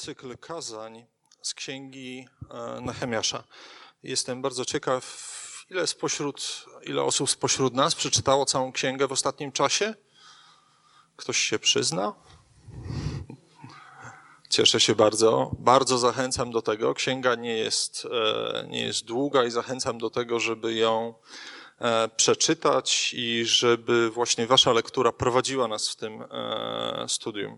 cykl kazań z księgi Nehemiasza. Jestem bardzo ciekaw, ile osób spośród nas przeczytało całą księgę w ostatnim czasie? Ktoś się przyzna? Cieszę się bardzo. Bardzo zachęcam do tego. Księga nie jest długa i zachęcam do tego, żeby ją przeczytać i żeby właśnie wasza lektura prowadziła nas w tym studium.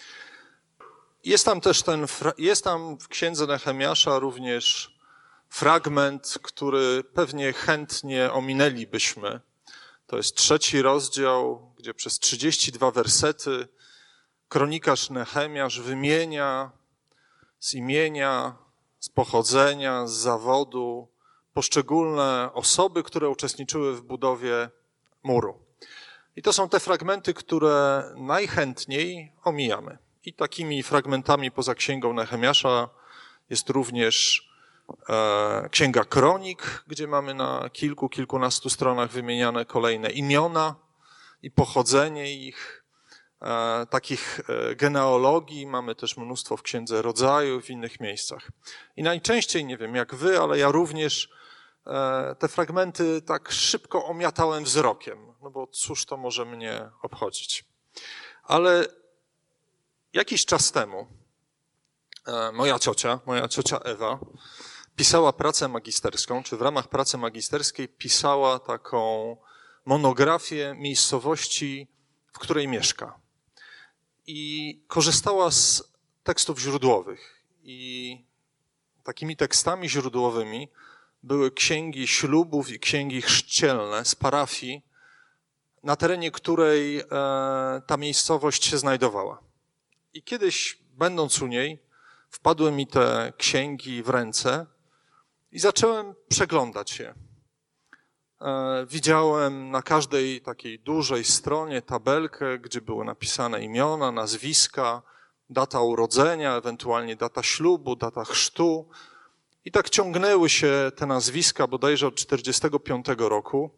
Jest tam w księdze Nehemiasza również fragment, który pewnie chętnie ominęlibyśmy. To jest 3 rozdział, gdzie przez 32 wersety kronikarz Nehemiasz wymienia z imienia, z pochodzenia, z zawodu poszczególne osoby, które uczestniczyły w budowie muru. I to są te fragmenty, które najchętniej omijamy. I takimi fragmentami poza księgą Nehemiasza jest również Księga Kronik, gdzie mamy na kilkunastu stronach wymieniane kolejne imiona i pochodzenie ich, takich genealogii mamy też mnóstwo w Księdze Rodzaju, w innych miejscach. I najczęściej, nie wiem jak wy, ale ja również te fragmenty tak szybko omiatałem wzrokiem, no bo cóż to może mnie obchodzić. Ale jakiś czas temu moja ciocia Ewa, pisała pracę magisterską, czy w ramach pracy magisterskiej pisała taką monografię miejscowości, w której mieszka. I korzystała z tekstów źródłowych. I takimi tekstami źródłowymi były księgi ślubów i księgi chrzcielne z parafii, na terenie której ta miejscowość się znajdowała. I kiedyś, będąc u niej, wpadły mi te księgi w ręce i zacząłem przeglądać je. Widziałem na każdej takiej dużej stronie tabelkę, gdzie były napisane imiona, nazwiska, data urodzenia, ewentualnie data ślubu, data chrztu. I tak ciągnęły się te nazwiska bodajże od 1945 roku.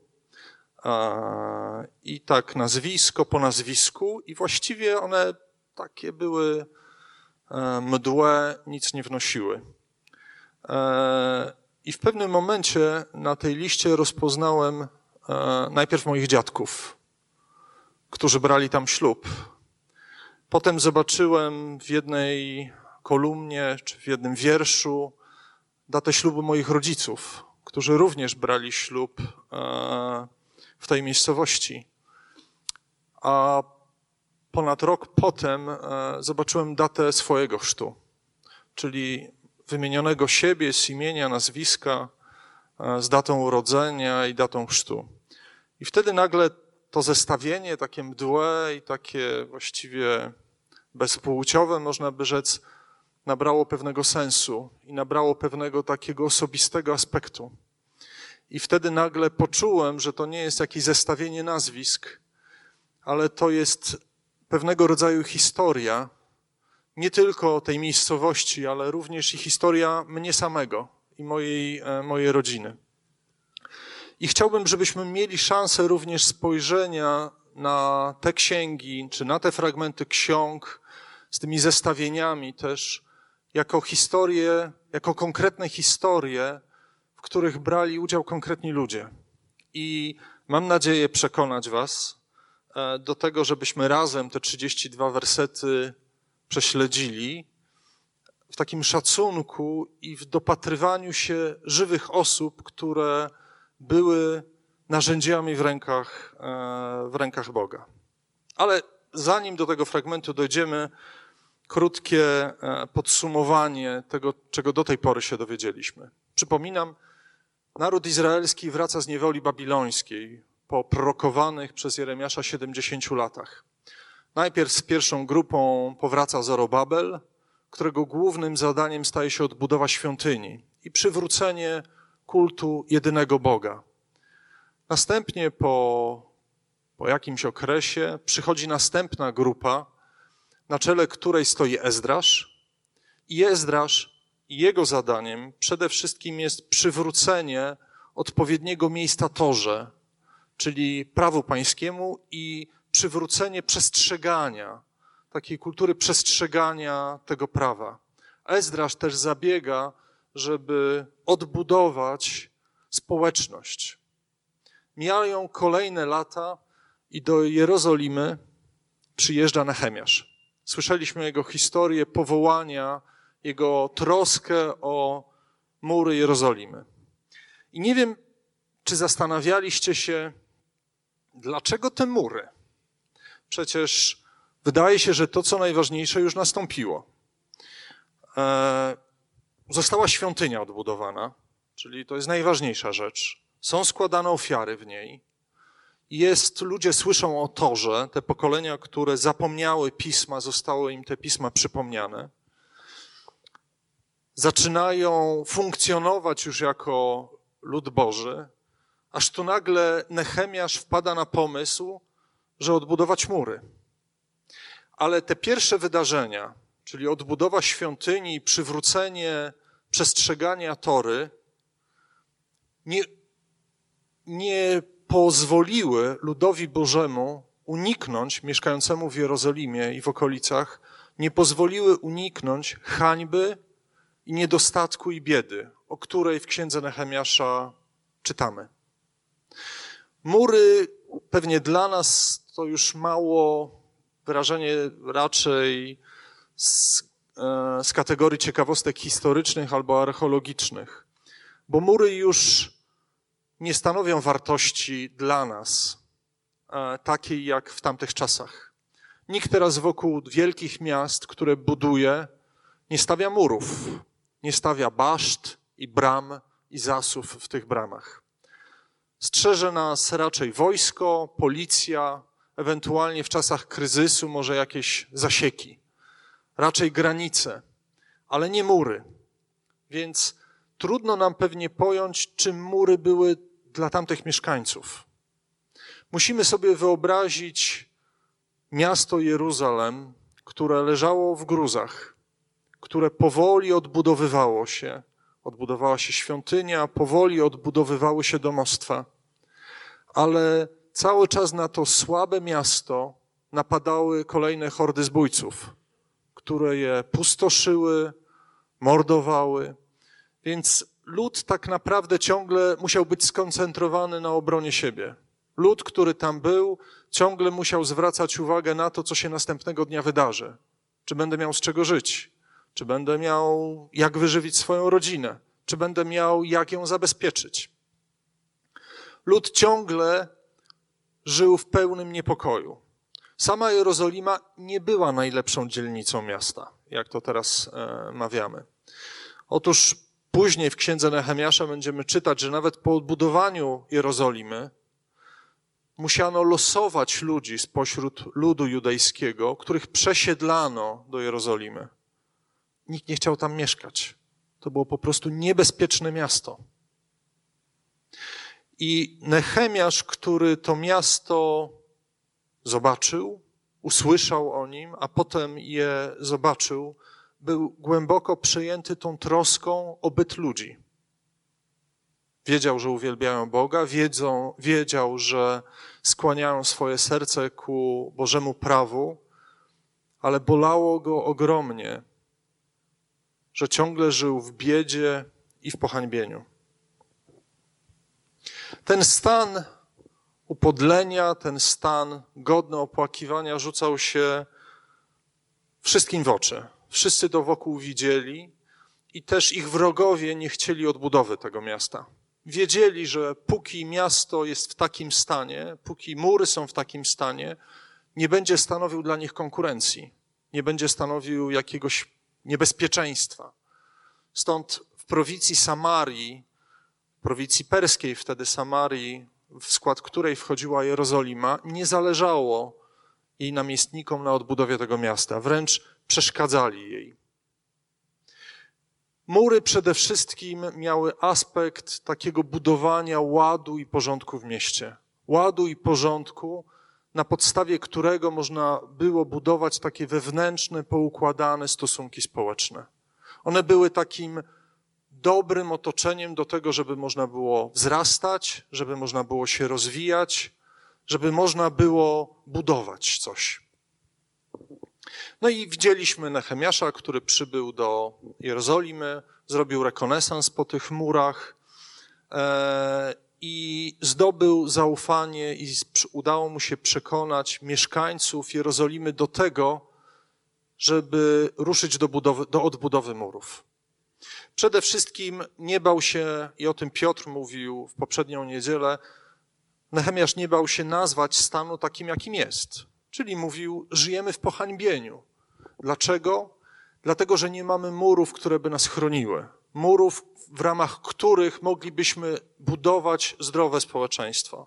I tak nazwisko po nazwisku i właściwie one takie były mdłe, nic nie wnosiły. I w pewnym momencie na tej liście rozpoznałem najpierw moich dziadków, którzy brali tam ślub. Potem zobaczyłem w jednej kolumnie czy w jednym wierszu datę ślubu moich rodziców, którzy również brali ślub w tej miejscowości. A ponad rok potem zobaczyłem datę swojego chrztu, czyli wymienionego siebie z imienia, nazwiska, z datą urodzenia i datą chrztu. I wtedy nagle to zestawienie takie mdłe i takie właściwie bezpłciowe, można by rzec, nabrało pewnego sensu i nabrało pewnego takiego osobistego aspektu. I wtedy nagle poczułem, że to nie jest jakieś zestawienie nazwisk, ale to jest pewnego rodzaju historia, nie tylko tej miejscowości, ale również i historia mnie samego i mojej rodziny. I chciałbym, żebyśmy mieli szansę również spojrzenia na te księgi, czy na te fragmenty ksiąg z tymi zestawieniami też, jako historie, jako konkretne historie, w których brali udział konkretni ludzie. I mam nadzieję przekonać was do tego, żebyśmy razem te 32 wersety prześledzili w takim szacunku i w dopatrywaniu się żywych osób, które były narzędziami w rękach Boga. Ale zanim do tego fragmentu dojdziemy, krótkie podsumowanie tego, czego do tej pory się dowiedzieliśmy. Przypominam, naród izraelski wraca z niewoli babilońskiej po prorokowanych przez Jeremiasza 70 latach. Najpierw z pierwszą grupą powraca Zorobabel, którego głównym zadaniem staje się odbudowa świątyni i przywrócenie kultu jedynego Boga. Następnie po jakimś okresie przychodzi następna grupa, na czele której stoi Ezdrasz. I Ezdrasz i jego zadaniem przede wszystkim jest przywrócenie odpowiedniego miejsca Torze, czyli prawu pańskiemu i przywrócenie przestrzegania, takiej kultury przestrzegania tego prawa. Ezdrasz też zabiega, żeby odbudować społeczność. Mijają kolejne lata i do Jerozolimy przyjeżdża Nehemiasz. Słyszeliśmy jego historię powołania, jego troskę o mury Jerozolimy. I nie wiem, czy zastanawialiście się, dlaczego te mury? Przecież wydaje się, że to, co najważniejsze, już nastąpiło. Została świątynia odbudowana, czyli to jest najważniejsza rzecz. Są składane ofiary w niej. Ludzie słyszą o Torze, te pokolenia, które zapomniały pisma, zostały im te pisma przypomniane. Zaczynają funkcjonować już jako lud Boży, aż tu nagle Nehemiasz wpada na pomysł, że odbudować mury. Ale te pierwsze wydarzenia, czyli odbudowa świątyni i przywrócenie przestrzegania Tory, nie pozwoliły ludowi Bożemu uniknąć, mieszkającemu w Jerozolimie i w okolicach, nie pozwoliły uniknąć hańby i niedostatku i biedy, o której w księdze Nehemiasza czytamy. Mury pewnie dla nas to już mało wyrażenie raczej z kategorii ciekawostek historycznych albo archeologicznych, bo mury już nie stanowią wartości dla nas takiej jak w tamtych czasach. Nikt teraz wokół wielkich miast, które buduje, nie stawia murów, nie stawia baszt i bram i zasów w tych bramach. Strzeże nas raczej wojsko, policja, ewentualnie w czasach kryzysu może jakieś zasieki, raczej granice, ale nie mury. Więc trudno nam pewnie pojąć, czym mury były dla tamtych mieszkańców. Musimy sobie wyobrazić miasto Jeruzalem, które leżało w gruzach, które powoli odbudowywało się. Odbudowała się świątynia, powoli odbudowywały się domostwa, ale cały czas na to słabe miasto napadały kolejne hordy zbójców, które je pustoszyły, mordowały. Więc lud tak naprawdę ciągle musiał być skoncentrowany na obronie siebie. Lud, który tam był, ciągle musiał zwracać uwagę na to, co się następnego dnia wydarzy. Czy będę miał z czego żyć? Czy będę miał jak wyżywić swoją rodzinę? Czy będę miał jak ją zabezpieczyć? Lud ciągle żył w pełnym niepokoju. Sama Jerozolima nie była najlepszą dzielnicą miasta, jak to teraz mawiamy. Otóż później w księdze Nehemiasza będziemy czytać, że nawet po odbudowaniu Jerozolimy musiano losować ludzi spośród ludu judejskiego, których przesiedlano do Jerozolimy. Nikt nie chciał tam mieszkać. To było po prostu niebezpieczne miasto. I Nehemiasz, który to miasto zobaczył, usłyszał o nim, a potem je zobaczył, był głęboko przejęty tą troską o byt ludzi. Wiedział, że uwielbiają Boga, wiedział, że skłaniają swoje serce ku Bożemu prawu, ale bolało go ogromnie, że ciągle żył w biedzie i w pohańbieniu. Ten stan upodlenia, ten stan godny opłakiwania rzucał się wszystkim w oczy. Wszyscy to wokół widzieli i też ich wrogowie nie chcieli odbudowy tego miasta. Wiedzieli, że póki miasto jest w takim stanie, póki mury są w takim stanie, nie będzie stanowił dla nich konkurencji, nie będzie stanowił jakiegoś niebezpieczeństwa. Stąd w prowincji Samarii, prowincji perskiej wtedy Samarii, w skład której wchodziła Jerozolima, nie zależało jej namiestnikom na odbudowie tego miasta, wręcz przeszkadzali jej. Mury przede wszystkim miały aspekt takiego budowania ładu i porządku w mieście. Ładu i porządku, na podstawie którego można było budować takie wewnętrzne, poukładane stosunki społeczne. One były takim dobrym otoczeniem do tego, żeby można było wzrastać, żeby można było się rozwijać, żeby można było budować coś. No i widzieliśmy Nehemiasza, który przybył do Jerozolimy, zrobił rekonesans po tych murach i zdobył zaufanie i udało mu się przekonać mieszkańców Jerozolimy do tego, żeby ruszyć do odbudowy murów. Przede wszystkim nie bał się, i o tym Piotr mówił w poprzednią niedzielę, Nehemiasz nie bał się nazwać stanu takim, jakim jest. Czyli mówił, żyjemy w pohańbieniu. Dlaczego? Dlatego, że nie mamy murów, które by nas chroniły. Murów, w ramach których moglibyśmy budować zdrowe społeczeństwo.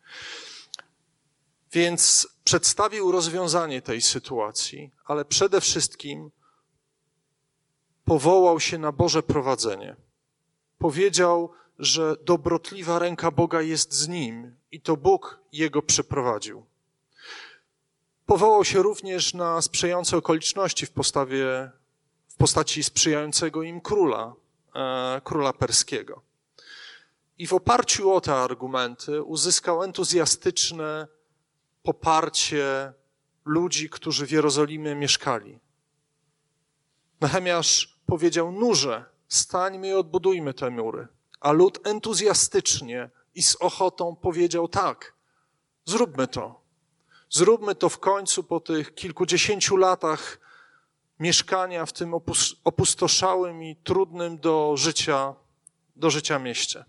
Więc przedstawił rozwiązanie tej sytuacji, ale przede wszystkim powołał się na Boże prowadzenie. Powiedział, że dobrotliwa ręka Boga jest z nim i to Bóg jego przeprowadził. Powołał się również na sprzyjające okoliczności w postaci sprzyjającego im króla perskiego. I w oparciu o te argumenty uzyskał entuzjastyczne poparcie ludzi, którzy w Jerozolimie mieszkali. Nehemiasz powiedział: nurze, stańmy i odbudujmy te mury. A lud entuzjastycznie i z ochotą powiedział: tak, zróbmy to. Zróbmy to w końcu po tych kilkudziesięciu latach mieszkania w tym opustoszałym i trudnym do życia mieście.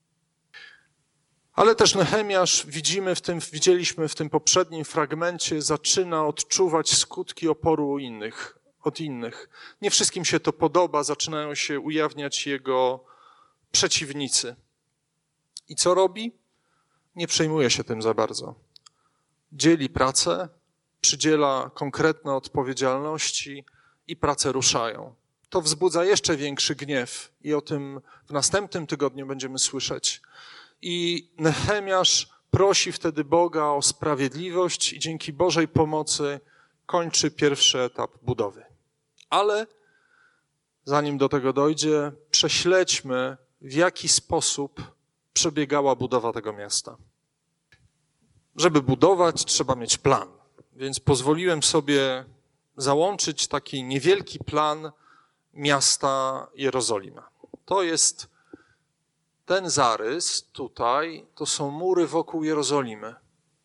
Ale też Nehemiasz, widzieliśmy w tym poprzednim fragmencie, zaczyna odczuwać skutki oporu od innych. Nie wszystkim się to podoba, zaczynają się ujawniać jego przeciwnicy. I co robi? Nie przejmuje się tym za bardzo. Dzieli pracę, przydziela konkretne odpowiedzialności i prace ruszają. To wzbudza jeszcze większy gniew i o tym w następnym tygodniu będziemy słyszeć. I Nehemiasz prosi wtedy Boga o sprawiedliwość i dzięki Bożej pomocy kończy pierwszy etap budowy. Ale zanim do tego dojdzie, prześledźmy, w jaki sposób przebiegała budowa tego miasta. Żeby budować, trzeba mieć plan. Więc pozwoliłem sobie załączyć taki niewielki plan miasta Jerozolima. To jest ten zarys tutaj, to są mury wokół Jerozolimy.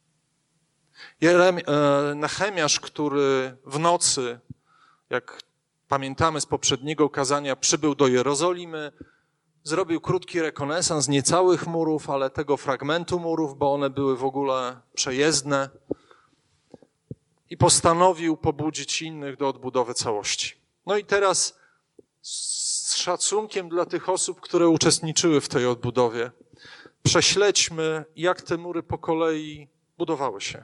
Nehemiasz, który w nocy, jak pamiętamy z poprzedniego kazania, przybył do Jerozolimy, zrobił krótki rekonesans nie całych murów, ale tego fragmentu murów, bo one były w ogóle przejezdne i postanowił pobudzić innych do odbudowy całości. No i teraz z szacunkiem dla tych osób, które uczestniczyły w tej odbudowie, prześledźmy, jak te mury po kolei budowały się.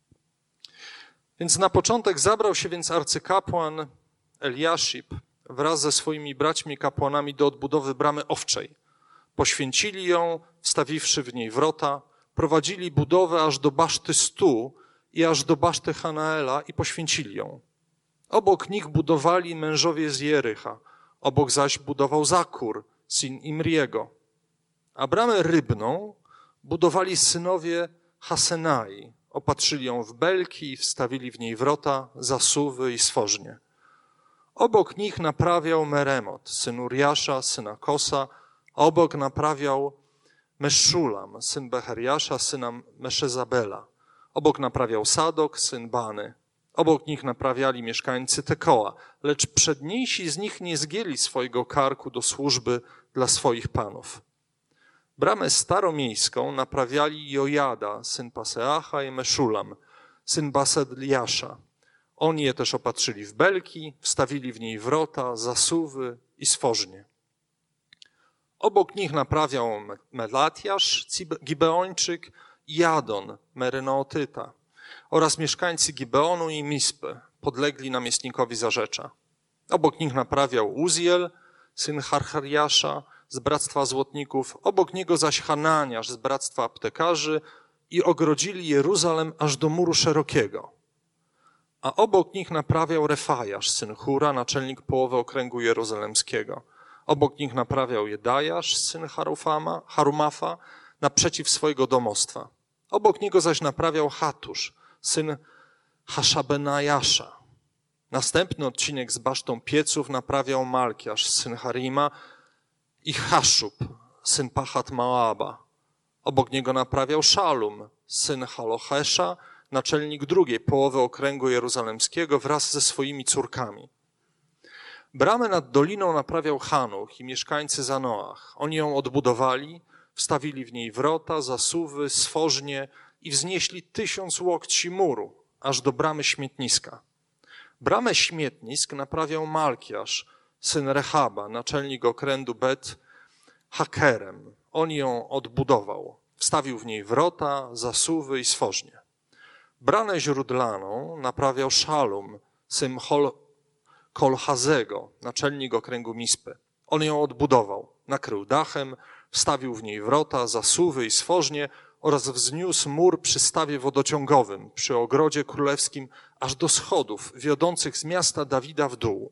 Więc na początek zabrał się arcykapłan Eliaszib wraz ze swoimi braćmi kapłanami do odbudowy Bramy Owczej. Poświęcili ją, wstawiwszy w niej wrota, prowadzili budowę aż do baszty Stu i aż do baszty Hanaela i poświęcili ją. Obok nich budowali mężowie z Jericha, obok zaś budował Zakur, syn Imriego. A bramę rybną budowali synowie Hasenai, opatrzyli ją w belki i wstawili w niej wrota, zasuwy i stworznie. Obok nich naprawiał Meremot, syn Uriasza, syna Kosa, a obok naprawiał Meszulam, syn Becheriasza, syna Meszezabela. Obok naprawiał Sadok, syn Bany. Obok nich naprawiali mieszkańcy Tekoa, lecz przedniejsi z nich nie zgięli swojego karku do służby dla swoich panów. Bramę staromiejską naprawiali Jojada, syn Paseacha i Meszulam, syn Basedliasza. Oni je też opatrzyli w belki, wstawili w niej wrota, zasuwy i stworznie. Obok nich naprawiał Melatiasz, Gibeończyk, i Jadon, Meryneotyta oraz mieszkańcy Gibeonu i Mispy, podlegli namiestnikowi Zarzecza. Obok nich naprawiał Uziel, syn Harchariasza z bractwa złotników, obok niego zaś Hananiasz z bractwa aptekarzy i ogrodzili Jeruzalem aż do muru szerokiego. A obok nich naprawiał Refajasz, syn Hura, naczelnik połowy okręgu jerozolemskiego. Obok nich naprawiał Jedajasz, syn Harumafa, naprzeciw swojego domostwa. Obok niego zaś naprawiał Hatusz, syn Haszabenajasza. Następny odcinek z basztą pieców naprawiał Malkiasz, syn Harima, i Haszub, syn Pachat Moaba. Obok niego naprawiał Szalum, syn Halochesza, naczelnik drugiej połowy okręgu jeruzalemskiego wraz ze swoimi córkami. Bramę nad doliną naprawiał Hanuch i mieszkańcy Zanoach. Oni ją odbudowali, wstawili w niej wrota, zasuwy, stworznie i wznieśli 1000 łokci muru, aż do bramy śmietniska. Bramę śmietnisk naprawiał Malkiasz, syn Rehaba, naczelnik okręgu Bet Hakerem. On ją odbudował. Wstawił w niej wrota, zasuwy i stworznie. Bramę źródlaną naprawiał Szalum, syn Kolchazego, naczelnik okręgu Mispy. On ją odbudował, nakrył dachem, wstawił w niej wrota, zasuwy i stworznie oraz wzniósł mur przy stawie wodociągowym, przy ogrodzie królewskim, aż do schodów wiodących z miasta Dawida w dół.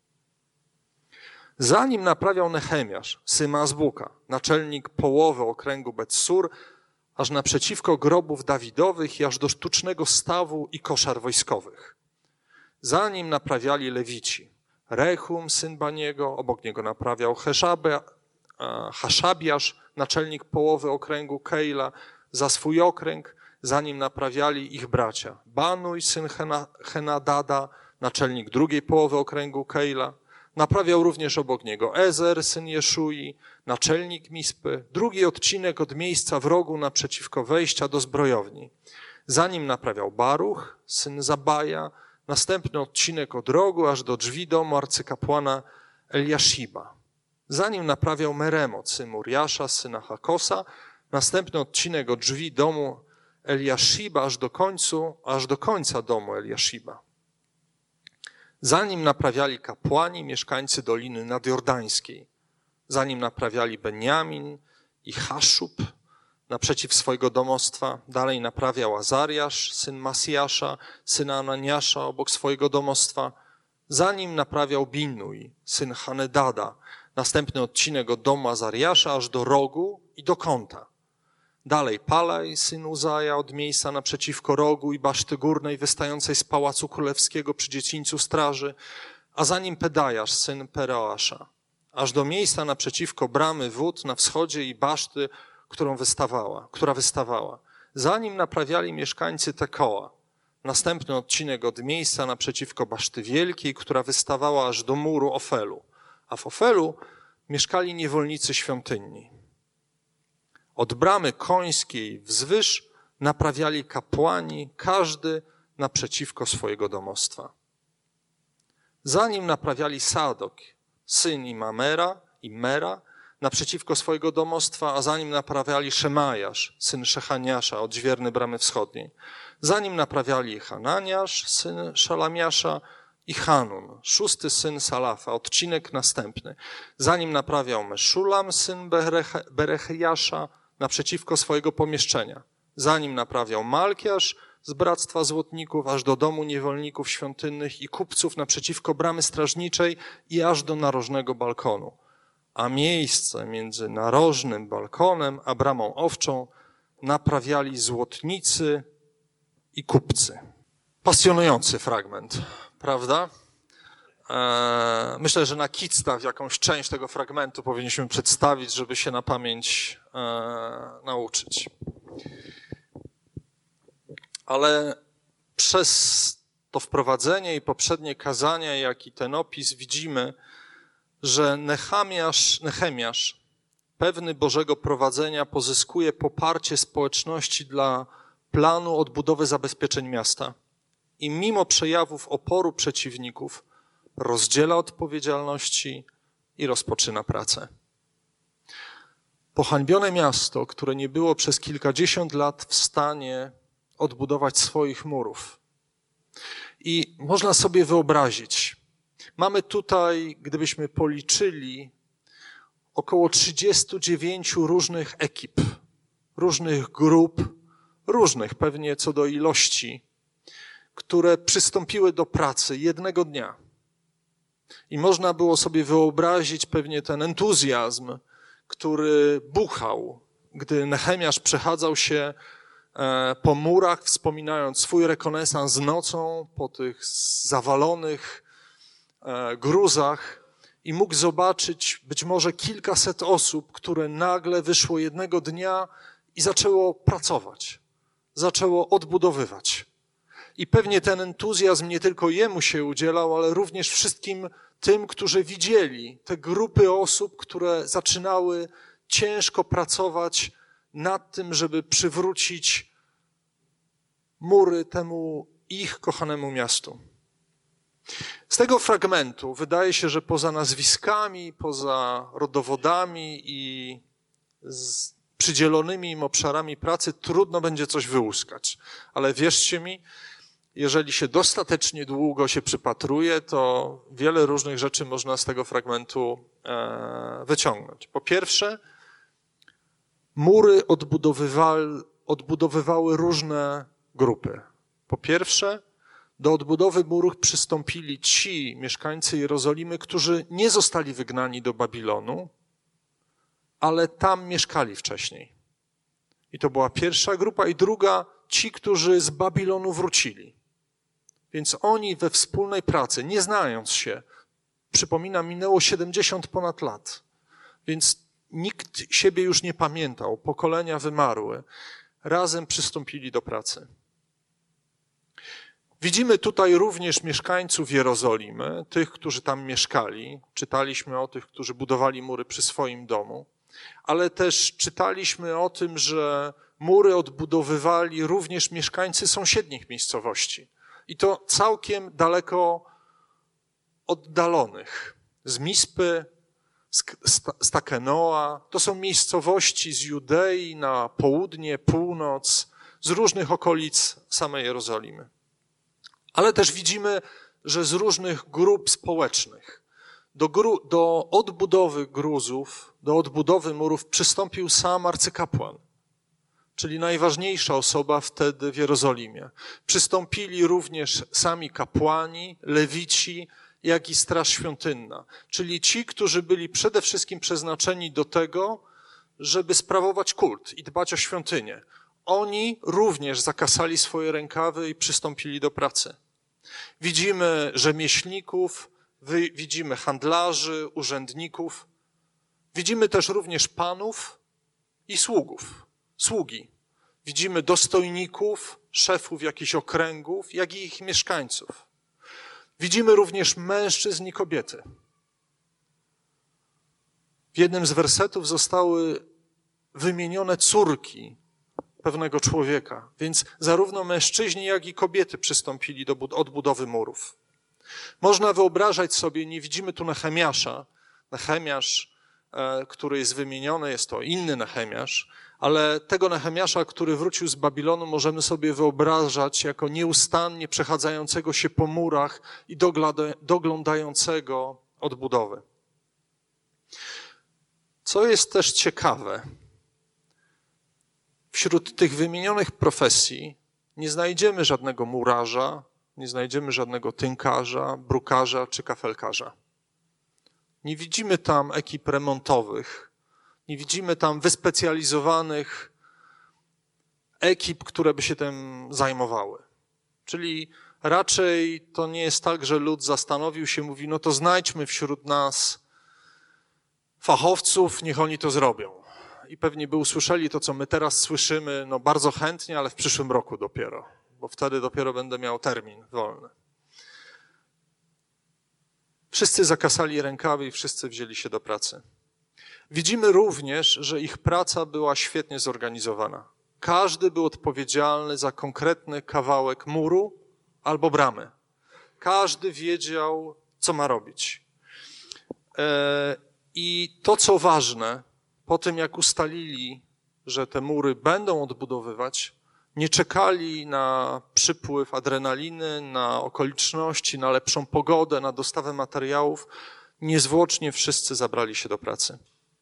Zanim naprawiał Nehemiasz, syn Azbuka, naczelnik połowy okręgu Bet-Sur, aż naprzeciwko grobów Dawidowych i aż do sztucznego stawu i koszar wojskowych. Zanim naprawiali Lewici, Rehum, syn Baniego, obok niego naprawiał Haszabiasz, naczelnik połowy okręgu Kejla, za swój okręg, zanim naprawiali ich bracia. Banuj, syn Henadada, naczelnik drugiej połowy okręgu Kejla, naprawiał również obok niego Ezer, syn Jeszui, naczelnik Mispy, drugi odcinek od miejsca w rogu naprzeciwko wejścia do zbrojowni. Zanim naprawiał Baruch, syn Zabaja, następny odcinek od rogu aż do drzwi domu arcykapłana Eliashiba. Zanim naprawiał Meremot, syn Uriasza, syna Hakosa, następny odcinek od drzwi domu Eliashiba aż do końca domu Eliashiba. Zanim naprawiali kapłani, mieszkańcy Doliny Nadjordańskiej, zanim naprawiali Benjamin i Haszub naprzeciw swojego domostwa, dalej naprawiał Azariasz, syn Masjasza, syna Ananiasza obok swojego domostwa, zanim naprawiał Binnui, syn Hanedada, następny odcinek od domu Azariasza aż do rogu i do kąta. Dalej Palaj, syn Uzaja, od miejsca naprzeciwko rogu i baszty górnej wystającej z pałacu królewskiego przy dziedzińcu straży, a za nim Pedajasz, syn Peroasza, aż do miejsca naprzeciwko bramy wód na wschodzie i baszty, która wystawała. Zanim naprawiali mieszkańcy Tekoa, następny odcinek od miejsca naprzeciwko baszty wielkiej, która wystawała aż do muru Ofelu, a w Ofelu mieszkali niewolnicy świątynni. Od bramy końskiej wzwyż naprawiali kapłani, każdy naprzeciwko swojego domostwa. Zanim naprawiali Sadok, syn Mera, naprzeciwko swojego domostwa, a zanim naprawiali Szemajasz, syn Szechaniasza, odźwierny bramy wschodniej. Zanim naprawiali Hananiasz, syn Szalamiasza i Hanun, 6. syn Salafa, odcinek następny. Zanim naprawiał Meszulam, syn Berechiasza, naprzeciwko swojego pomieszczenia. Zanim naprawiał Malkiasz z Bractwa Złotników, aż do domu niewolników świątynnych i kupców naprzeciwko bramy strażniczej i aż do narożnego balkonu. A miejsce między narożnym balkonem a bramą owczą naprawiali złotnicy i kupcy. Pasjonujący fragment, prawda? Myślę, że na Kidsstaw jakąś część tego fragmentu powinniśmy przedstawić, żeby się na pamięć nauczyć. Ale przez to wprowadzenie i poprzednie kazania, jak i ten opis widzimy, że Nehemiasz, pewny Bożego prowadzenia, pozyskuje poparcie społeczności dla planu odbudowy zabezpieczeń miasta. I mimo przejawów oporu przeciwników rozdziela odpowiedzialności i rozpoczyna pracę. Pohańbione miasto, które nie było przez kilkadziesiąt lat w stanie odbudować swoich murów. I można sobie wyobrazić, mamy tutaj, gdybyśmy policzyli, około 39 różnych ekip, różnych grup, różnych pewnie co do ilości, które przystąpiły do pracy jednego dnia. I można było sobie wyobrazić pewnie ten entuzjazm, który buchał, gdy Nehemiasz przechadzał się po murach, wspominając swój rekonesans nocą po tych zawalonych gruzach i mógł zobaczyć być może kilkaset osób, które nagle wyszło jednego dnia i zaczęło pracować, zaczęło odbudowywać. I pewnie ten entuzjazm nie tylko jemu się udzielał, ale również wszystkim tym, którzy widzieli te grupy osób, które zaczynały ciężko pracować nad tym, żeby przywrócić mury temu ich kochanemu miastu. Z tego fragmentu wydaje się, że poza nazwiskami, poza rodowodami i przydzielonymi im obszarami pracy trudno będzie coś wyłuskać. Ale wierzcie mi, jeżeli się dostatecznie długo się przypatruje, to wiele różnych rzeczy można z tego fragmentu wyciągnąć. Po pierwsze, mury odbudowywały różne grupy. Po pierwsze, do odbudowy murów przystąpili ci mieszkańcy Jerozolimy, którzy nie zostali wygnani do Babilonu, ale tam mieszkali wcześniej. I to była pierwsza grupa. I druga, ci, którzy z Babilonu wrócili. Więc oni we wspólnej pracy, nie znając się, przypominam, minęło 70 ponad lat, więc nikt siebie już nie pamiętał, pokolenia wymarły, razem przystąpili do pracy. Widzimy tutaj również mieszkańców Jerozolimy, tych, którzy tam mieszkali. Czytaliśmy o tych, którzy budowali mury przy swoim domu, ale też czytaliśmy o tym, że mury odbudowywali również mieszkańcy sąsiednich miejscowości. I to całkiem daleko oddalonych. Z Mispy, z Takenoa. To są miejscowości z Judei na południe, północ, z różnych okolic samej Jerozolimy. Ale też widzimy, że z różnych grup społecznych. Do odbudowy gruzów, do odbudowy murów przystąpił sam arcykapłan, czyli najważniejsza osoba wtedy w Jerozolimie. Przystąpili również sami kapłani, lewici, jak i straż świątynna, czyli ci, którzy byli przede wszystkim przeznaczeni do tego, żeby sprawować kult i dbać o świątynię. Oni również zakasali swoje rękawy i przystąpili do pracy. Widzimy rzemieślników, widzimy handlarzy, urzędników. Widzimy też również panów i sługi. Widzimy dostojników, szefów jakichś okręgów, jak i ich mieszkańców. Widzimy również mężczyzn i kobiety. W jednym z wersetów zostały wymienione córki pewnego człowieka, więc zarówno mężczyźni, jak i kobiety przystąpili do odbudowy murów. Można wyobrażać sobie, nie widzimy tu Nehemiasza. Nehemiasz, który jest wymieniony, jest to inny Nehemiasz, ale tego Nehemiasza, który wrócił z Babilonu, możemy sobie wyobrażać jako nieustannie przechadzającego się po murach i doglądającego odbudowy. Co jest też ciekawe, wśród tych wymienionych profesji nie znajdziemy żadnego murarza, nie znajdziemy żadnego tynkarza, brukarza czy kafelkarza. Nie widzimy tam ekip remontowych, nie widzimy tam wyspecjalizowanych ekip, które by się tym zajmowały. Czyli raczej to nie jest tak, że lud zastanowił się, mówi, no to znajdźmy wśród nas fachowców, niech oni to zrobią. I pewnie by usłyszeli to, co my teraz słyszymy, no bardzo chętnie, ale w przyszłym roku dopiero, bo wtedy dopiero będę miał termin wolny. Wszyscy zakasali rękawy i wszyscy wzięli się do pracy. Widzimy również, że ich praca była świetnie zorganizowana. Każdy był odpowiedzialny za konkretny kawałek muru albo bramy. Każdy wiedział, co ma robić. I to, co ważne, po tym jak ustalili, że te mury będą odbudowywać, nie czekali na przypływ adrenaliny, na okoliczności, na lepszą pogodę, na dostawę materiałów. Niezwłocznie wszyscy zabrali się do pracy.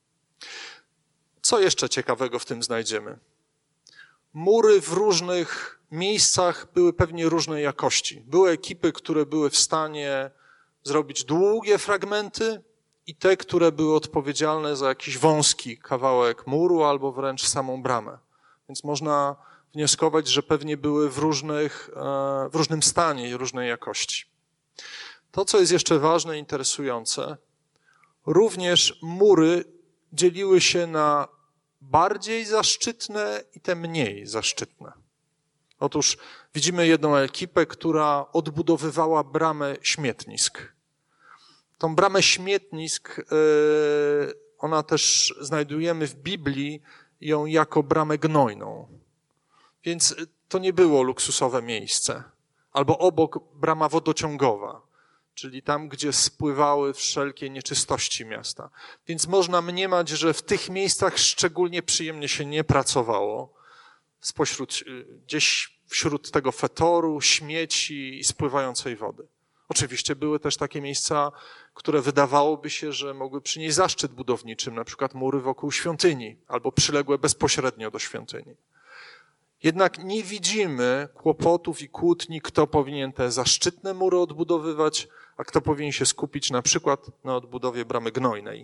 Co jeszcze ciekawego w tym znajdziemy? Mury w różnych miejscach były pewnie różnej jakości. Były ekipy, które były w stanie zrobić długie fragmenty i te, które były odpowiedzialne za jakiś wąski kawałek muru albo wręcz samą bramę. Więc można wnioskować, że pewnie były w różnym stanie i różnej jakości. To, co jest jeszcze ważne i interesujące, również mury dzieliły się na bardziej zaszczytne i te mniej zaszczytne. Otóż widzimy jedną ekipę, która odbudowywała bramę śmietnisk. Tą bramę śmietnisk, ona też znajdujemy w Biblii ją jako bramę gnojną. Więc to nie było luksusowe miejsce. Albo obok brama wodociągowa, czyli tam, gdzie spływały wszelkie nieczystości miasta. Więc można mniemać, że w tych miejscach szczególnie przyjemnie się nie pracowało. Gdzieś wśród tego fetoru, śmieci i spływającej wody. Oczywiście były też takie miejsca, które wydawałoby się, że mogły przynieść zaszczyt budowniczym, na przykład mury wokół świątyni albo przyległe bezpośrednio do świątyni. Jednak nie widzimy kłopotów i kłótni, kto powinien te zaszczytne mury odbudowywać, a kto powinien się skupić na przykład na odbudowie bramy gnojnej.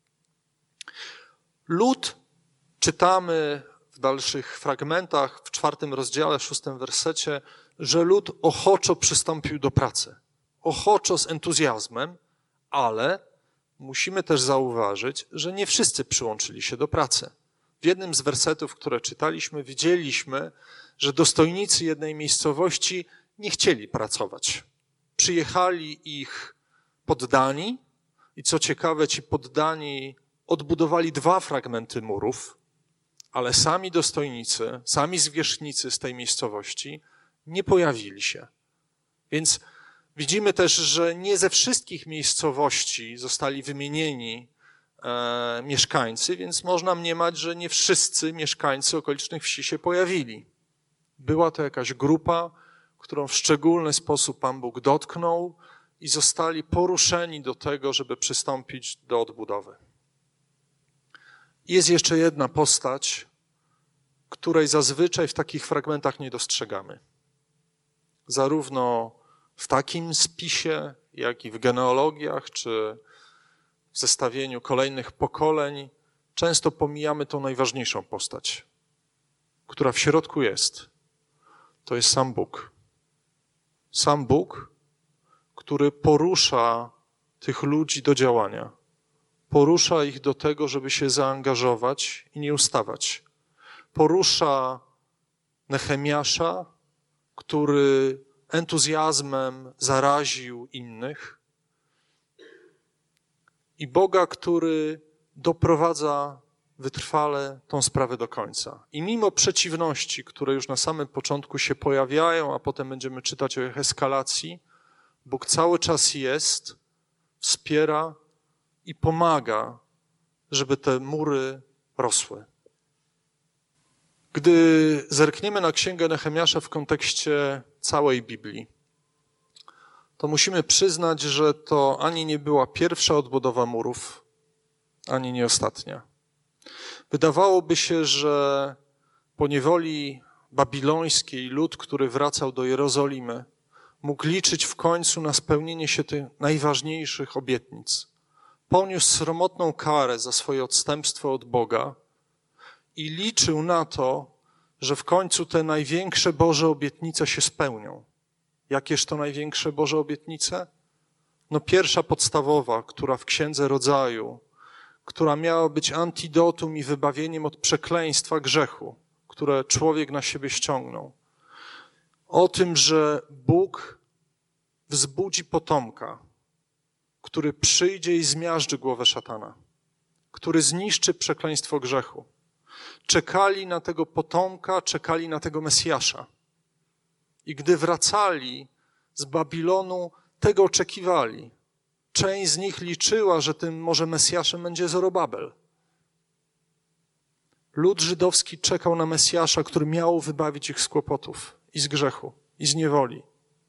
Lud, czytamy w dalszych fragmentach, w 4 rozdziale, 6 wersecie, że lud ochoczo przystąpił do pracy. Ochoczo, z entuzjazmem, ale musimy też zauważyć, że nie wszyscy przyłączyli się do pracy. W jednym z wersetów, które czytaliśmy, widzieliśmy, że dostojnicy jednej miejscowości nie chcieli pracować. Przyjechali ich poddani i co ciekawe, ci poddani odbudowali 2 fragmenty murów, ale sami dostojnicy, sami zwierzchnicy z tej miejscowości nie pojawili się. Więc widzimy też, że nie ze wszystkich miejscowości zostali wymienieni mieszkańcy, więc można mniemać, że nie wszyscy mieszkańcy okolicznych wsi się pojawili. Była to jakaś grupa, którą w szczególny sposób Pan Bóg dotknął i zostali poruszeni do tego, żeby przystąpić do odbudowy. Jest jeszcze jedna postać, której zazwyczaj w takich fragmentach nie dostrzegamy. Zarówno w takim spisie, jak i w genealogiach, czy w zestawieniu kolejnych pokoleń, często pomijamy tą najważniejszą postać, która w środku jest. To jest sam Bóg. Sam Bóg, który porusza tych ludzi do działania. Porusza ich do tego, żeby się zaangażować i nie ustawać. Porusza Nehemiasza, który entuzjazmem zaraził innych, i Boga, który doprowadza wytrwale tą sprawę do końca. I mimo przeciwności, które już na samym początku się pojawiają, a potem będziemy czytać o ich eskalacji, Bóg cały czas jest, wspiera i pomaga, żeby te mury rosły. Gdy zerkniemy na księgę Nehemiasza w kontekście całej Biblii, to musimy przyznać, że to ani nie była pierwsza odbudowa murów, ani nie ostatnia. Wydawałoby się, że po niewoli babilońskiej lud, który wracał do Jerozolimy, mógł liczyć w końcu na spełnienie się tych najważniejszych obietnic. Poniósł sromotną karę za swoje odstępstwo od Boga i liczył na to, że w końcu te największe Boże obietnice się spełnią. Jakież to największe Boże obietnice? No pierwsza podstawowa, która w Księdze Rodzaju, która miała być antidotum i wybawieniem od przekleństwa grzechu, które człowiek na siebie ściągnął. O tym, że Bóg wzbudzi potomka, który przyjdzie i zmiażdży głowę szatana, który zniszczy przekleństwo grzechu. Czekali na tego potomka, czekali na tego Mesjasza. I gdy wracali z Babilonu, tego oczekiwali. Część z nich liczyła, że tym może Mesjaszem będzie Zorobabel. Lud żydowski czekał na Mesjasza, który miał wybawić ich z kłopotów i z grzechu i z niewoli.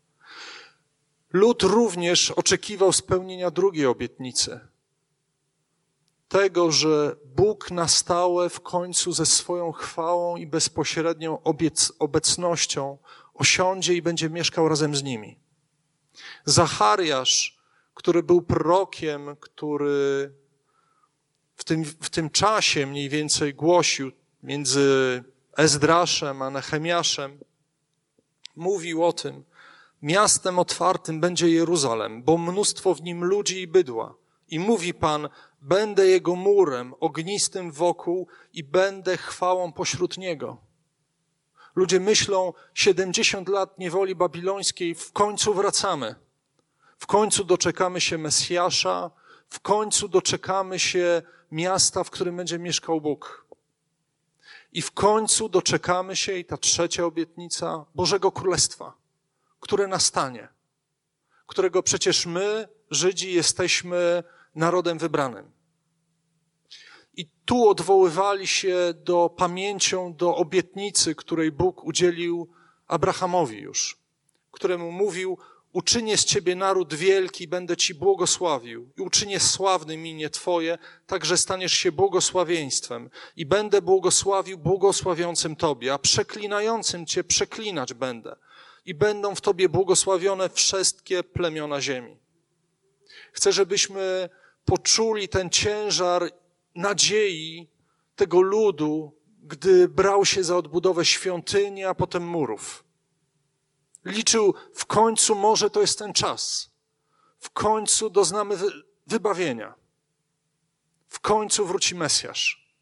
Lud również oczekiwał spełnienia drugiej obietnicy. Tego, że Bóg na stałe w końcu ze swoją chwałą i bezpośrednią obecnością osiądzie i będzie mieszkał razem z nimi. Zachariasz, który był prorokiem, który w tym czasie mniej więcej głosił między Ezdraszem a Nehemiaszem, mówił o tym, Miastem otwartym będzie Jeruzalem, bo mnóstwo w nim ludzi i bydła. I mówi Pan, będę jego murem ognistym wokół i będę chwałą pośród niego. Ludzie myślą, 70 lat niewoli babilońskiej, w końcu wracamy. W końcu doczekamy się Mesjasza, w końcu doczekamy się miasta, w którym będzie mieszkał Bóg. I w końcu doczekamy się, i ta trzecia obietnica, Bożego Królestwa, które nastanie, którego przecież my, Żydzi, jesteśmy narodem wybranym. I tu odwoływali się pamięcią do obietnicy, której Bóg udzielił Abrahamowi już, któremu mówił, uczynię z ciebie naród wielki, będę ci błogosławił i uczynię sławnym imię twoje, tak że staniesz się błogosławieństwem i będę błogosławił błogosławiącym tobie, a przeklinającym cię przeklinać będę i będą w tobie błogosławione wszystkie plemiona ziemi. Chcę, żebyśmy poczuli ten ciężar nadziei tego ludu, gdy brał się za odbudowę świątyni, a potem murów. Liczył, w końcu może to jest ten czas. W końcu doznamy wybawienia. W końcu wróci Mesjasz.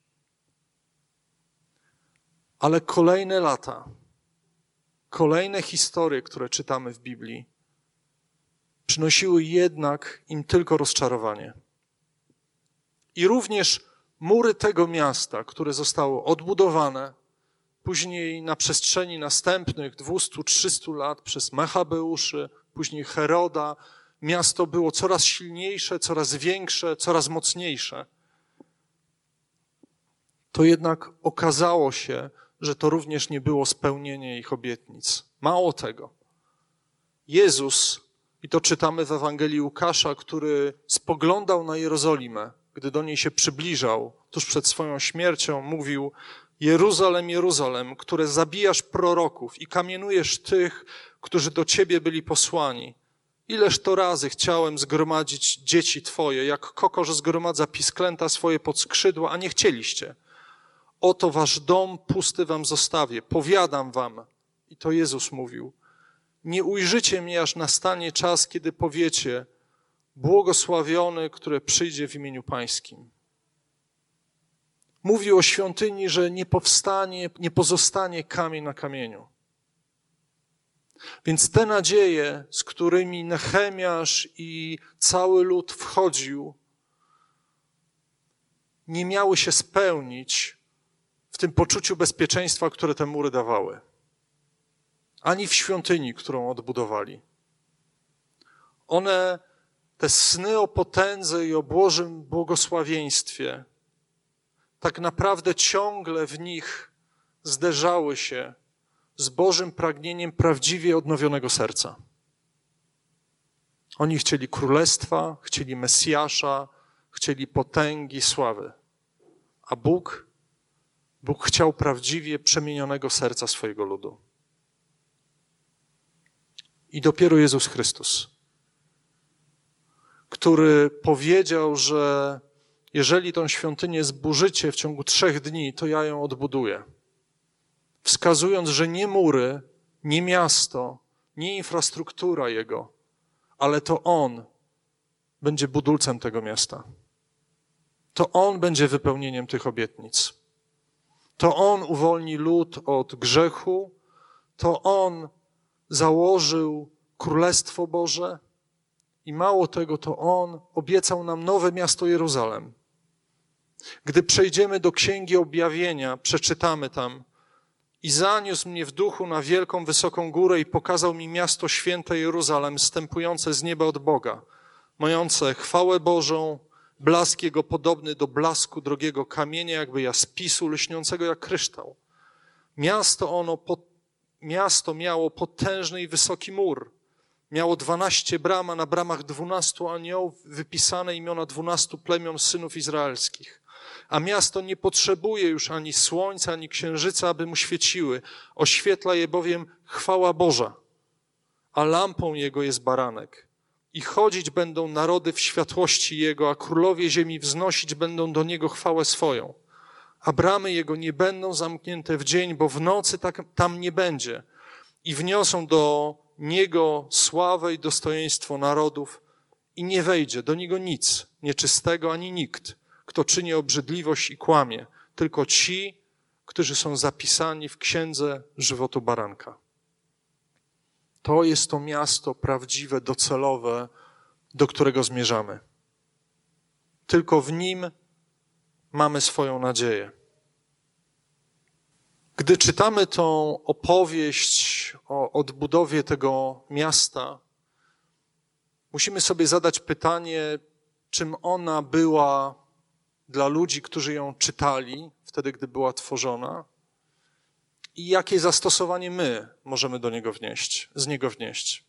Ale kolejne lata, kolejne historie, które czytamy w Biblii, przynosiły jednak im tylko rozczarowanie. I również mury tego miasta, które zostało odbudowane, później na przestrzeni następnych 200-300 lat przez Machabeuszy, później Heroda, miasto było coraz silniejsze, coraz większe, coraz mocniejsze. To jednak okazało się, że to również nie było spełnienie ich obietnic. Mało tego. Jezus, i to czytamy w Ewangelii Łukasza, który spoglądał na Jerozolimę, gdy do niej się przybliżał, tuż przed swoją śmiercią, mówił: Jeruzalem, Jeruzalem, które zabijasz proroków i kamienujesz tych, którzy do ciebie byli posłani. Ileż to razy chciałem zgromadzić dzieci twoje, jak kokosz zgromadza pisklęta swoje pod skrzydła, a nie chcieliście. Oto wasz dom pusty wam zostawię. Powiadam wam, i to Jezus mówił, nie ujrzycie mnie, aż nastanie czas, kiedy powiecie, błogosławiony, który przyjdzie w imieniu Pańskim. Mówił o świątyni, że nie pozostanie kamień na kamieniu. Więc te nadzieje, z którymi Nehemiasz i cały lud wchodził, nie miały się spełnić w tym poczuciu bezpieczeństwa, które te mury dawały. Ani w świątyni, którą odbudowali. Te sny o potędze i o Bożym błogosławieństwie, tak naprawdę ciągle w nich zderzały się z Bożym pragnieniem prawdziwie odnowionego serca. Oni chcieli królestwa, chcieli Mesjasza, chcieli potęgi, sławy. A Bóg chciał prawdziwie przemienionego serca swojego ludu. I dopiero Jezus Chrystus, który powiedział, że jeżeli tą świątynię zburzycie w ciągu 3 dni, to ja ją odbuduję. Wskazując, że nie mury, nie miasto, nie infrastruktura Jego, ale to On będzie budulcem tego miasta. To On będzie wypełnieniem tych obietnic. To On uwolni lud od grzechu, to On założył Królestwo Boże i mało tego, to On obiecał nam nowe miasto Jeruzalem. Gdy przejdziemy do Księgi Objawienia, przeczytamy tam: i zaniósł mnie w duchu na wielką, wysoką górę i pokazał mi miasto święte Jeruzalem, zstępujące z nieba od Boga, mające chwałę Bożą, blask Jego podobny do blasku drogiego kamienia, jakby jaspisu, lśniącego jak kryształ. Miasto miało potężny i wysoki mur. Miało 12 bram, a na bramach 12 aniołów wypisane imiona 12 plemion synów izraelskich. A miasto nie potrzebuje już ani słońca, ani księżyca, aby mu świeciły. Oświetla je bowiem chwała Boża, a lampą jego jest baranek. I chodzić będą narody w światłości jego, a królowie ziemi wznosić będą do niego chwałę swoją. A bramy jego nie będą zamknięte w dzień, bo w nocy tam nie będzie. I wniosą do Niego sławę i dostojeństwo narodów i nie wejdzie do Niego nic, nieczystego ani nikt, kto czyni obrzydliwość i kłamie, tylko ci, którzy są zapisani w księdze żywotu baranka. To jest to miasto prawdziwe, docelowe, do którego zmierzamy. Tylko w nim mamy swoją nadzieję. Gdy czytamy tą opowieść o odbudowie tego miasta, musimy sobie zadać pytanie, czym ona była dla ludzi, którzy ją czytali wtedy, gdy była tworzona i jakie zastosowanie my możemy z niego wnieść.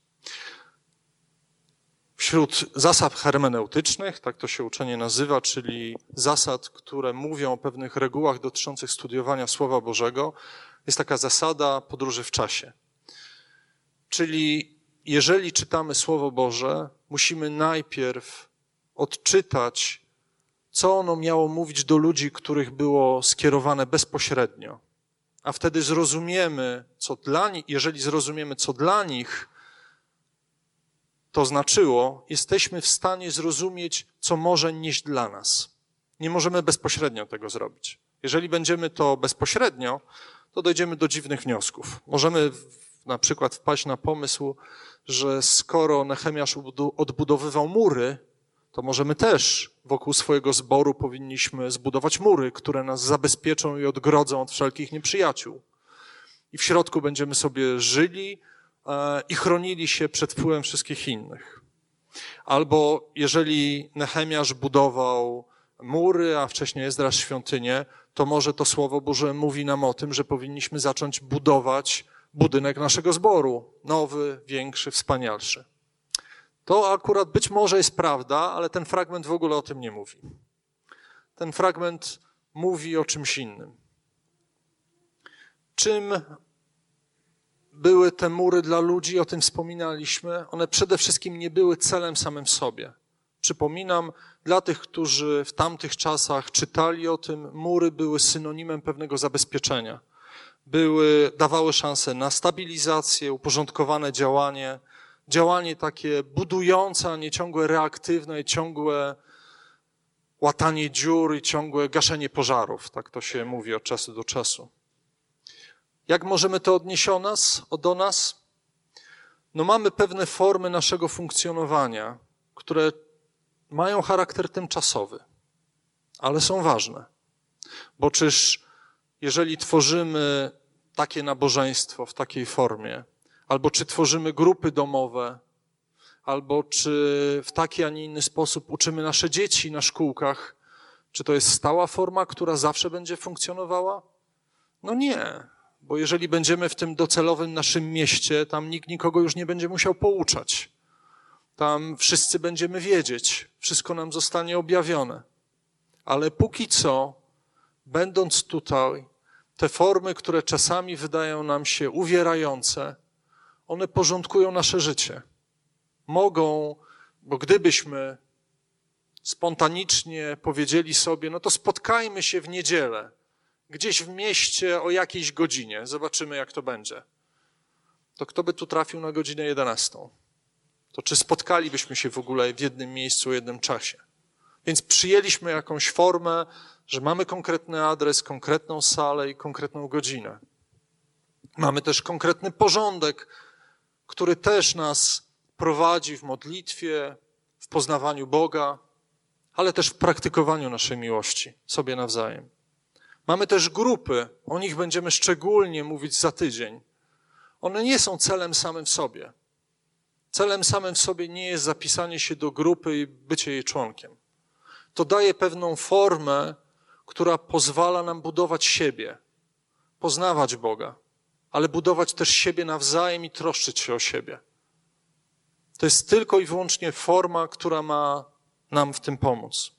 Wśród zasad hermeneutycznych, tak to się uczenie nazywa, czyli zasad, które mówią o pewnych regułach dotyczących studiowania Słowa Bożego, jest taka zasada podróży w czasie. Czyli jeżeli czytamy Słowo Boże, musimy najpierw odczytać, co ono miało mówić do ludzi, których było skierowane bezpośrednio. A wtedy zrozumiemy, co dla nich, jeżeli zrozumiemy, co dla nich to znaczyło, jesteśmy w stanie zrozumieć, co może nieść dla nas. Nie możemy bezpośrednio tego zrobić. Jeżeli będziemy to bezpośrednio, to dojdziemy do dziwnych wniosków. Możemy na przykład wpaść na pomysł, że skoro Nehemiasz odbudowywał mury, to może my też wokół swojego zboru powinniśmy zbudować mury, które nas zabezpieczą i odgrodzą od wszelkich nieprzyjaciół. I w środku będziemy sobie żyli i chronili się przed wpływem wszystkich innych. Albo jeżeli Nehemiasz budował mury, a wcześniej Ezdrasz świątynię, to może to Słowo Boże mówi nam o tym, że powinniśmy zacząć budować budynek naszego zboru. Nowy, większy, wspanialszy. To akurat być może jest prawda, ale ten fragment w ogóle o tym nie mówi. Ten fragment mówi o czymś innym. Czym były te mury dla ludzi, o tym wspominaliśmy. One przede wszystkim nie były celem samym w sobie. Przypominam, dla tych, którzy w tamtych czasach czytali o tym, mury były synonimem pewnego zabezpieczenia. Dawały szansę na stabilizację, uporządkowane działanie takie budujące, a nie ciągłe reaktywne i ciągłe łatanie dziur i ciągłe gaszenie pożarów. Tak to się mówi od czasu do czasu. Jak możemy to odnieść do nas? No mamy pewne formy naszego funkcjonowania, które mają charakter tymczasowy, ale są ważne. Bo czyż jeżeli tworzymy takie nabożeństwo w takiej formie, albo czy tworzymy grupy domowe, albo czy w taki, a nie inny sposób uczymy nasze dzieci na szkółkach, czy to jest stała forma, która zawsze będzie funkcjonowała? No nie, bo jeżeli będziemy w tym docelowym naszym mieście, tam nikt nikogo już nie będzie musiał pouczać. Tam wszyscy będziemy wiedzieć, wszystko nam zostanie objawione. Ale póki co, będąc tutaj, te formy, które czasami wydają nam się uwierające, one porządkują nasze życie. Mogą, bo gdybyśmy spontanicznie powiedzieli sobie, no to spotkajmy się w niedzielę, gdzieś w mieście o jakiejś godzinie, zobaczymy jak to będzie. To kto by tu trafił na godzinę 11? To czy spotkalibyśmy się w ogóle w jednym miejscu, o jednym czasie? Więc przyjęliśmy jakąś formę, że mamy konkretny adres, konkretną salę i konkretną godzinę. Mamy też konkretny porządek, który też nas prowadzi w modlitwie, w poznawaniu Boga, ale też w praktykowaniu naszej miłości sobie nawzajem. Mamy też grupy, o nich będziemy szczególnie mówić za tydzień. One nie są celem samym w sobie. Celem samym w sobie nie jest zapisanie się do grupy i bycie jej członkiem. To daje pewną formę, która pozwala nam budować siebie, poznawać Boga, ale budować też siebie nawzajem i troszczyć się o siebie. To jest tylko i wyłącznie forma, która ma nam w tym pomóc.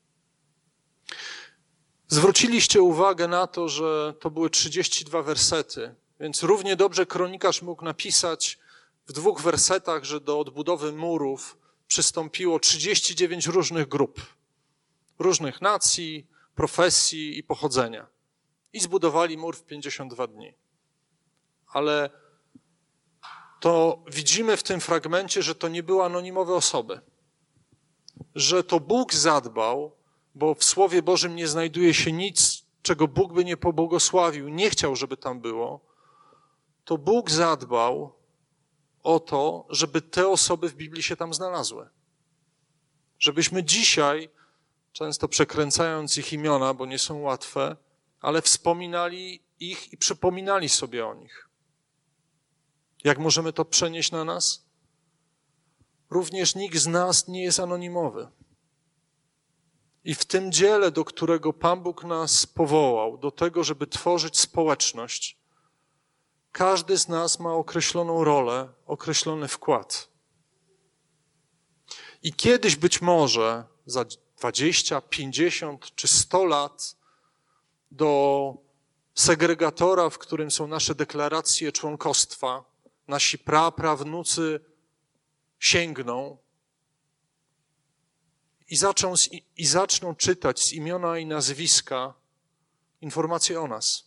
Zwróciliście uwagę na to, że to były 32 wersety, więc równie dobrze kronikarz mógł napisać w 2 wersetach, że do odbudowy murów przystąpiło 39 różnych grup, różnych nacji, profesji i pochodzenia. I zbudowali mur w 52 dni. Ale to widzimy w tym fragmencie, że to nie były anonimowe osoby. Że to Bóg zadbał, bo w Słowie Bożym nie znajduje się nic, czego Bóg by nie pobłogosławił, nie chciał, żeby tam było. To Bóg zadbał o to, żeby te osoby w Biblii się tam znalazły. Żebyśmy dzisiaj, często przekręcając ich imiona, bo nie są łatwe, ale wspominali ich i przypominali sobie o nich. Jak możemy to przenieść na nas? Również nikt z nas nie jest anonimowy. I w tym dziele, do którego Pan Bóg nas powołał, do tego, żeby tworzyć społeczność, każdy z nas ma określoną rolę, określony wkład. I kiedyś być może za 20, 50 czy 100 lat do segregatora, w którym są nasze deklaracje członkostwa, nasi praprawnucy sięgną i zaczną czytać z imiona i nazwiska informacje o nas.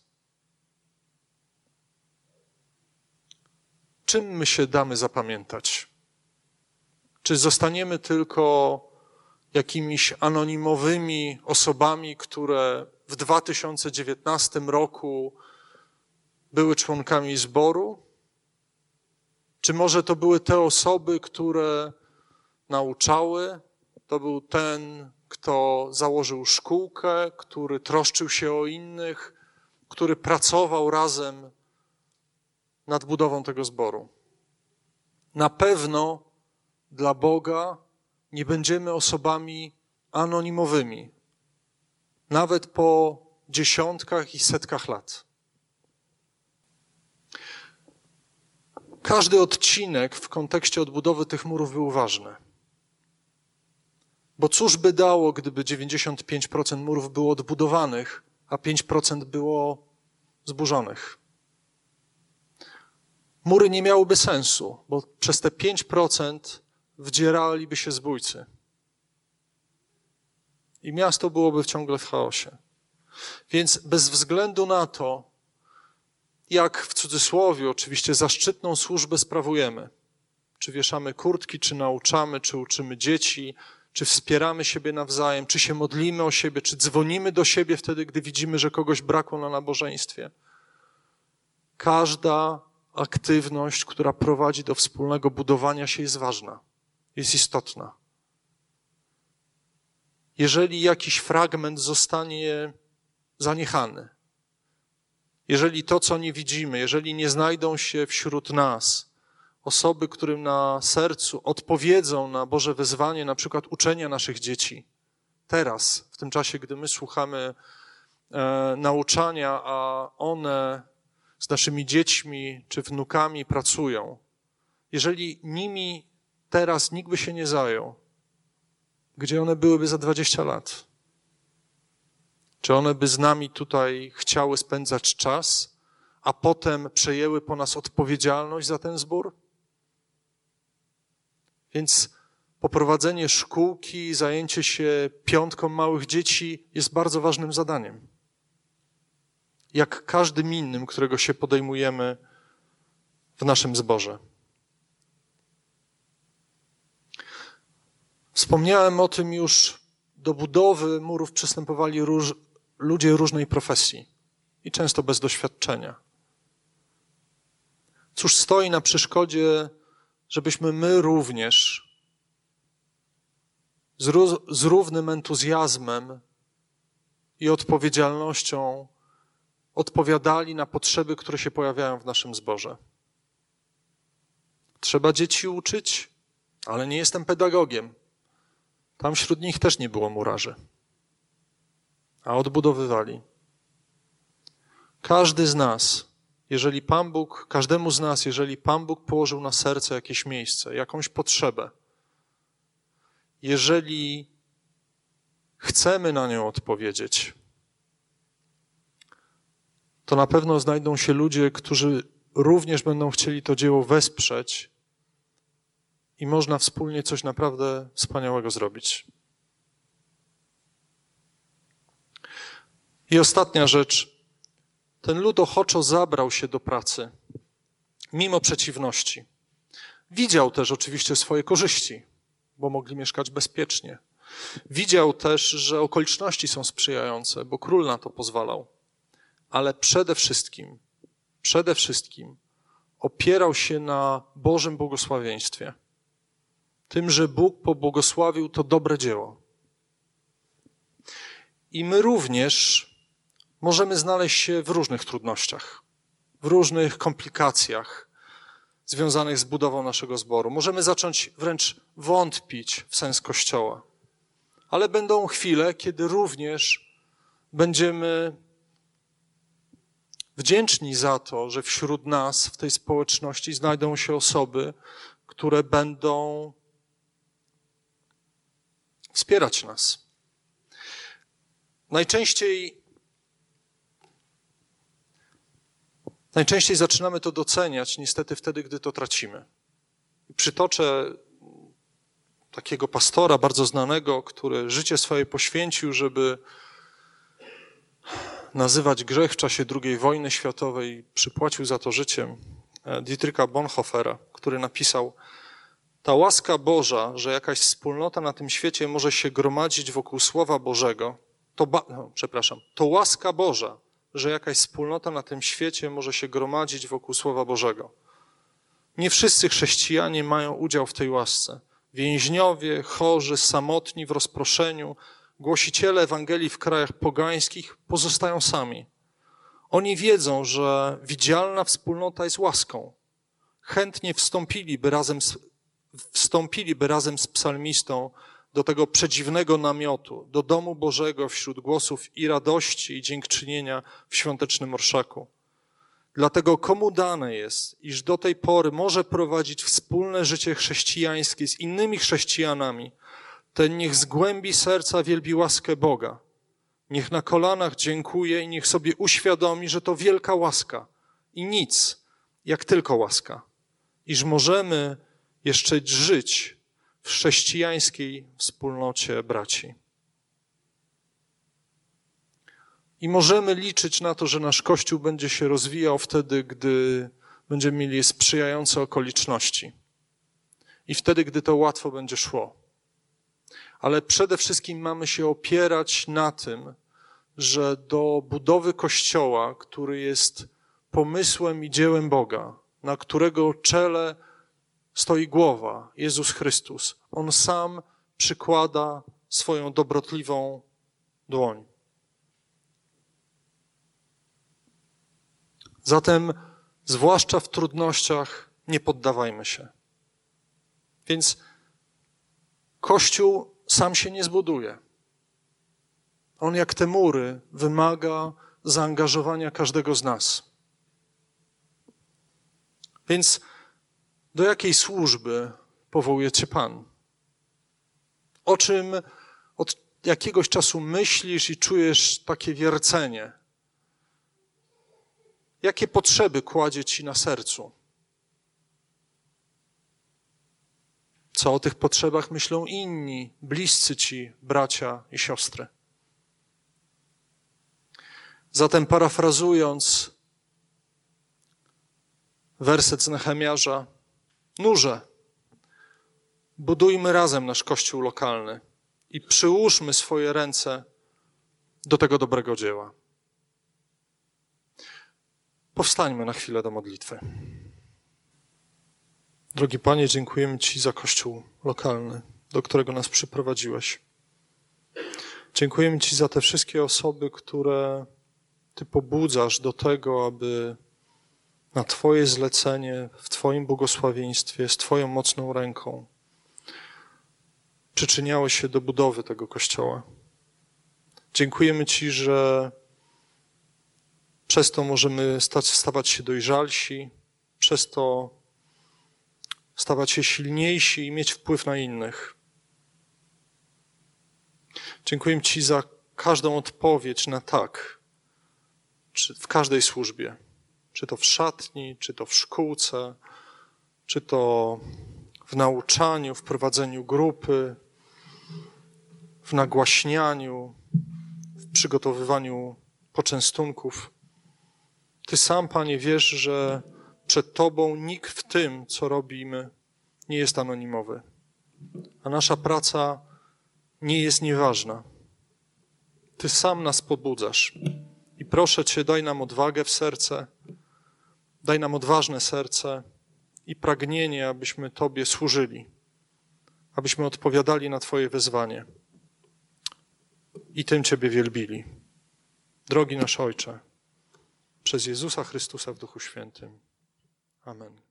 Czym my się damy zapamiętać? Czy zostaniemy tylko jakimiś anonimowymi osobami, które w 2019 roku były członkami zboru? Czy może to były te osoby, które nauczały? To był ten, kto założył szkółkę, który troszczył się o innych, który pracował razem nad budową tego zboru. Na pewno dla Boga nie będziemy osobami anonimowymi, nawet po dziesiątkach i setkach lat. Każdy odcinek w kontekście odbudowy tych murów był ważny. Bo cóż by dało, gdyby 95% murów było odbudowanych, a 5% było zburzonych? Mury nie miałyby sensu, bo przez te 5% wdzieraliby się zbójcy. I miasto byłoby ciągle w chaosie. Więc bez względu na to, jak w cudzysłowie oczywiście zaszczytną służbę sprawujemy, czy wieszamy kurtki, czy nauczamy, czy uczymy dzieci, czy wspieramy siebie nawzajem, czy się modlimy o siebie, czy dzwonimy do siebie wtedy, gdy widzimy, że kogoś brakło na nabożeństwie. Każda aktywność, która prowadzi do wspólnego budowania się, jest ważna, jest istotna. Jeżeli jakiś fragment zostanie zaniechany, jeżeli to, co nie widzimy, jeżeli nie znajdą się wśród nas osoby, którym na sercu odpowiedzą na Boże wezwanie, na przykład uczenia naszych dzieci, teraz, w tym czasie, gdy my słuchamy nauczania, a one z naszymi dziećmi czy wnukami pracują, jeżeli nimi teraz nikt by się nie zajął, gdzie one byłyby za 20 lat? Czy one by z nami tutaj chciały spędzać czas, a potem przejęły po nas odpowiedzialność za ten zbór? Więc poprowadzenie szkółki, zajęcie się piątką małych dzieci jest bardzo ważnym zadaniem. Jak każdym innym, którego się podejmujemy w naszym zborze. Wspomniałem o tym już, do budowy murów przystępowali ludzie różnej profesji i często bez doświadczenia. Cóż stoi na przeszkodzie, żebyśmy my również z równym entuzjazmem i odpowiedzialnością odpowiadali na potrzeby, które się pojawiają w naszym zborze. Trzeba dzieci uczyć, ale nie jestem pedagogiem. Tam wśród nich też nie było murarzy, a odbudowywali. Każdy z nas, każdemu z nas, jeżeli Pan Bóg położył na serce jakieś miejsce, jakąś potrzebę, jeżeli chcemy na nią odpowiedzieć, to na pewno znajdą się ludzie, którzy również będą chcieli to dzieło wesprzeć i można wspólnie coś naprawdę wspaniałego zrobić. I ostatnia rzecz. Ten lud ochoczo zabrał się do pracy, mimo przeciwności. Widział też oczywiście swoje korzyści, bo mogli mieszkać bezpiecznie. Widział też, że okoliczności są sprzyjające, bo król na to pozwalał. Ale przede wszystkim opierał się na Bożym błogosławieństwie. Tym, że Bóg pobłogosławił to dobre dzieło. I my również możemy znaleźć się w różnych trudnościach, w różnych komplikacjach związanych z budową naszego zboru. Możemy zacząć wręcz wątpić w sens Kościoła. Ale będą chwile, kiedy również będziemy wdzięczni za to, że wśród nas, w tej społeczności znajdą się osoby, które będą wspierać nas. Najczęściej zaczynamy to doceniać niestety wtedy, gdy to tracimy. Przytoczę takiego pastora bardzo znanego, który życie swoje poświęcił, żeby nazywać grzech w czasie II wojny światowej, przypłacił za to życiem, Dietricha Bonhoeffera, który napisał: ta łaska Boża, że jakaś wspólnota na tym świecie może się gromadzić wokół Słowa Bożego, to łaska Boża, że jakaś wspólnota na tym świecie może się gromadzić wokół Słowa Bożego. Nie wszyscy chrześcijanie mają udział w tej łasce. Więźniowie, chorzy, samotni w rozproszeniu, głosiciele Ewangelii w krajach pogańskich pozostają sami. Oni wiedzą, że widzialna wspólnota jest łaską. Chętnie wstąpiliby razem z psalmistą do tego przedziwnego namiotu, do domu Bożego wśród głosów i radości i dziękczynienia w świątecznym orszaku. Dlatego komu dane jest, iż do tej pory może prowadzić wspólne życie chrześcijańskie z innymi chrześcijanami, ten niech z głębi serca wielbi łaskę Boga. Niech na kolanach dziękuje i niech sobie uświadomi, że to wielka łaska i nic, jak tylko łaska. Iż możemy jeszcze żyć w chrześcijańskiej wspólnocie braci. I możemy liczyć na to, że nasz Kościół będzie się rozwijał wtedy, gdy będziemy mieli sprzyjające okoliczności. I wtedy, gdy to łatwo będzie szło. Ale przede wszystkim mamy się opierać na tym, że do budowy Kościoła, który jest pomysłem i dziełem Boga, na którego czele stoi głowa, Jezus Chrystus, On sam przykłada swoją dobrotliwą dłoń. Zatem, zwłaszcza w trudnościach, nie poddawajmy się. Więc Kościół sam się nie zbuduje. On jak te mury wymaga zaangażowania każdego z nas. Więc do jakiej służby powołuje Cię Pan? O czym od jakiegoś czasu myślisz i czujesz takie wiercenie? Jakie potrzeby kładzie Ci na sercu? Co o tych potrzebach myślą inni, bliscy Ci bracia i siostry? Zatem parafrazując werset z Nehemiasza, nurze, budujmy razem nasz kościół lokalny i przyłóżmy swoje ręce do tego dobrego dzieła. Powstańmy na chwilę do modlitwy. Drogi Panie, dziękujemy Ci za kościół lokalny, do którego nas przyprowadziłeś. Dziękujemy Ci za te wszystkie osoby, które Ty pobudzasz do tego, aby na Twoje zlecenie, w Twoim błogosławieństwie, z Twoją mocną ręką przyczyniały się do budowy tego Kościoła. Dziękujemy Ci, że przez to możemy stawać się dojrzalsi, przez to stawać się silniejsi i mieć wpływ na innych. Dziękuję Ci za każdą odpowiedź na tak, czy w każdej służbie, czy to w szatni, czy to w szkółce, czy to w nauczaniu, w prowadzeniu grupy, w nagłaśnianiu, w przygotowywaniu poczęstunków. Ty sam, Panie, wiesz, że przed Tobą nikt w tym, co robimy, nie jest anonimowy, a nasza praca nie jest nieważna. Ty sam nas pobudzasz i proszę Cię, daj nam odwagę w serce, daj nam odważne serce i pragnienie, abyśmy Tobie służyli, abyśmy odpowiadali na Twoje wezwanie i tym Ciebie wielbili. Drogi nasz Ojcze, przez Jezusa Chrystusa w Duchu Świętym. Amen.